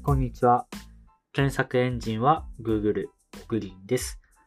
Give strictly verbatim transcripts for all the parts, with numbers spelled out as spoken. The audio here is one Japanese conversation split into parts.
こんにちは。検索エンジンは Google グリーンです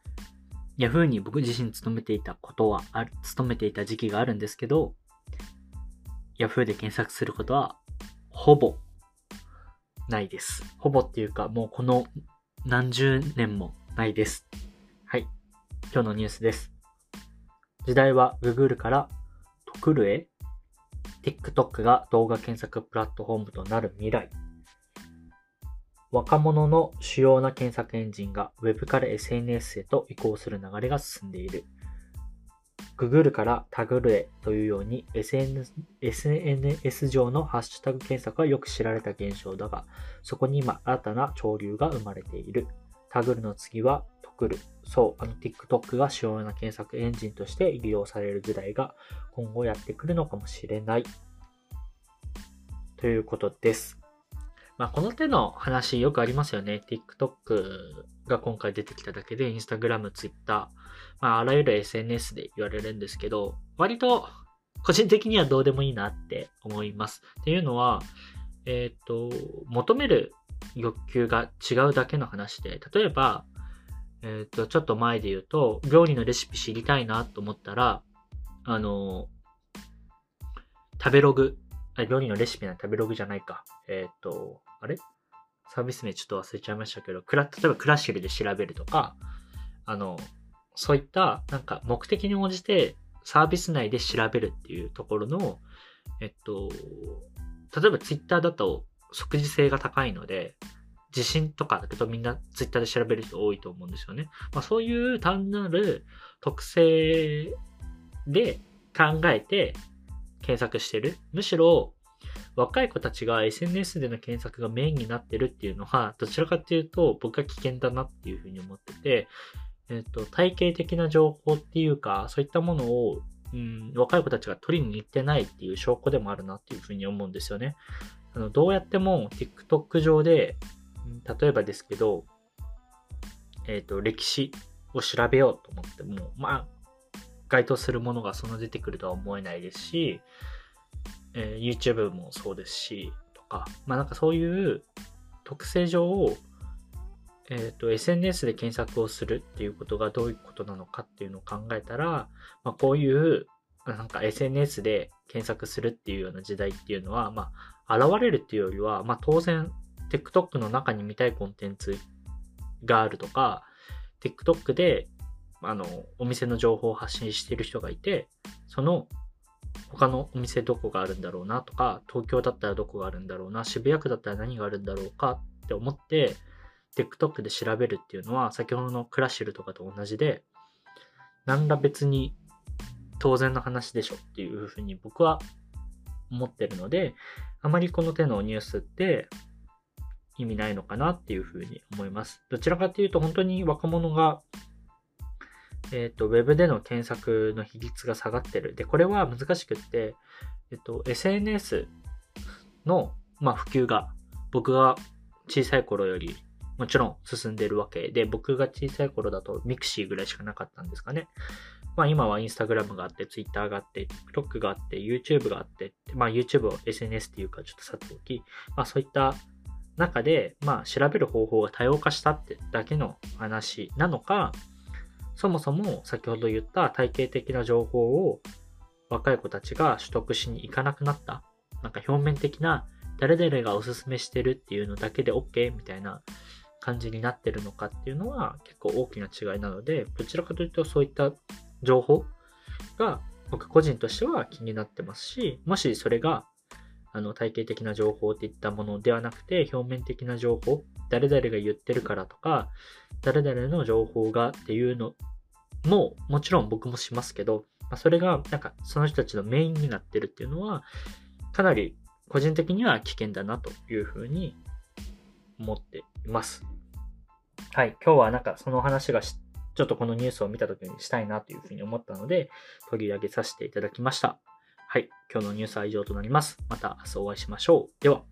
。Yahoo に僕自身勤めていたことはある、勤めていた時期があるんですけど、Yahoo で検索することはほぼないです。ほぼっていうか、もうこの何十年もないです。はい。今日のニュースです。時代は Google からトクルへ、TikTok が動画検索プラットフォームとなる未来。若者の主要な検索エンジンが Web から エスエヌエス へと移行する流れが進んでいる。Google からタグルへというように エスエヌエス 上のハッシュタグ検索はよく知られた現象だが、そこに今新たな潮流が生まれている。タグルの次はトクル。そう、あの TikTok が主要な検索エンジンとして利用される時代が今後やってくるのかもしれない。ということです。まあ、この手の話よくありますよね。TikTok が今回出てきただけで Instagram、Twitter、まあ、あらゆる エスエヌエス で言われるんですけど、割と個人的にはどうでもいいなって思います。っていうのは、えっと、求める欲求が違うだけの話で、例えば、えっと、ちょっと前で言うと、料理のレシピ知りたいなと思ったら、あの、食べログ、料理のレシピなら食べログじゃないか。えっと、あれサービス名ちょっと忘れちゃいましたけど、クラ例えばクラシルで調べるとか、あの、そういったなんか目的に応じてサービス内で調べるっていうところの、えっと、例えばツイッターだと即時性が高いので、地震とかだけどみんなツイッターで調べる人多いと思うんですよね。まあ、そういう単なる特性で考えて検索してる。むしろ若い子たちが エスエヌエス での検索がメインになってるっていうのは、どちらかというと僕は危険だなっていうふうに思ってて、えっと、体系的な情報っていうか、そういったものを、うん、若い子たちが取りに行ってないっていう証拠でもあるなっていうふうに思うんですよね。あのどうやっても TikTok 上で、例えばですけど、えっと、歴史を調べようと思っても、まあ、該当するものがそんな出てくるとは思えないですし、えー、YouTube もそうですし、とか、まあなんかそういう特性上、えっと、エスエヌエス で検索をするっていうことがどういうことなのかっていうのを考えたら、まあこういう、なんか エスエヌエス で検索するっていうような時代っていうのは、まあ、現れるっていうよりは、まあ当然、TikTok の中に見たいコンテンツがあるとか、TikTok で、あの、お店の情報を発信している人がいて、その他のお店どこがあるんだろうなとか、東京だったらどこがあるんだろうな、渋谷区だったら何があるんだろうかって思って、TikTok で調べるっていうのは、先ほどのクラシルとかと同じで、何ら別に当然の話でしょっていうふうに僕は思ってるので、あまりこの手のニュースって意味ないのかなっていうふうに思います。どちらかというと本当に若者がえっと、ウェブでの検索の比率が下がってる。で、これは難しくって、えっと、エスエヌエス の、まあ、普及が僕が小さい頃よりもちろん進んでるわけで、僕が小さい頃だとミクシーぐらいしかなかったんですかね。まあ今はインスタグラムがあって、ツイッターがあって、TikTok があって、YouTube があって、まあ YouTube を エスエヌエス っていうかちょっとさておき、まあそういった中で、まあ調べる方法が多様化したってだけの話なのか、そもそも先ほど言った体系的な情報を若い子たちが取得しに行かなくなった。なんか表面的な誰々がおすすめしてるっていうのだけで OK みたいな感じになってるのかっていうのは結構大きな違いなので、どちらかというとそういった情報が僕個人としては気になってますし、もしそれがあの体系的な情報っていったものではなくて表面的な情報、誰々が言ってるからとか、誰々の情報がっていうのももちろん僕もしますけど、まあ、それがなんかその人たちのメインになってるっていうのはかなり個人的には危険だなというふうに思っています。はい、今日はなんかその話がちょっとこのニュースを見た時にしたいなというふうに思ったので取り上げさせていただきました。はい、今日のニュースは以上となります。また明日お会いしましょう。では。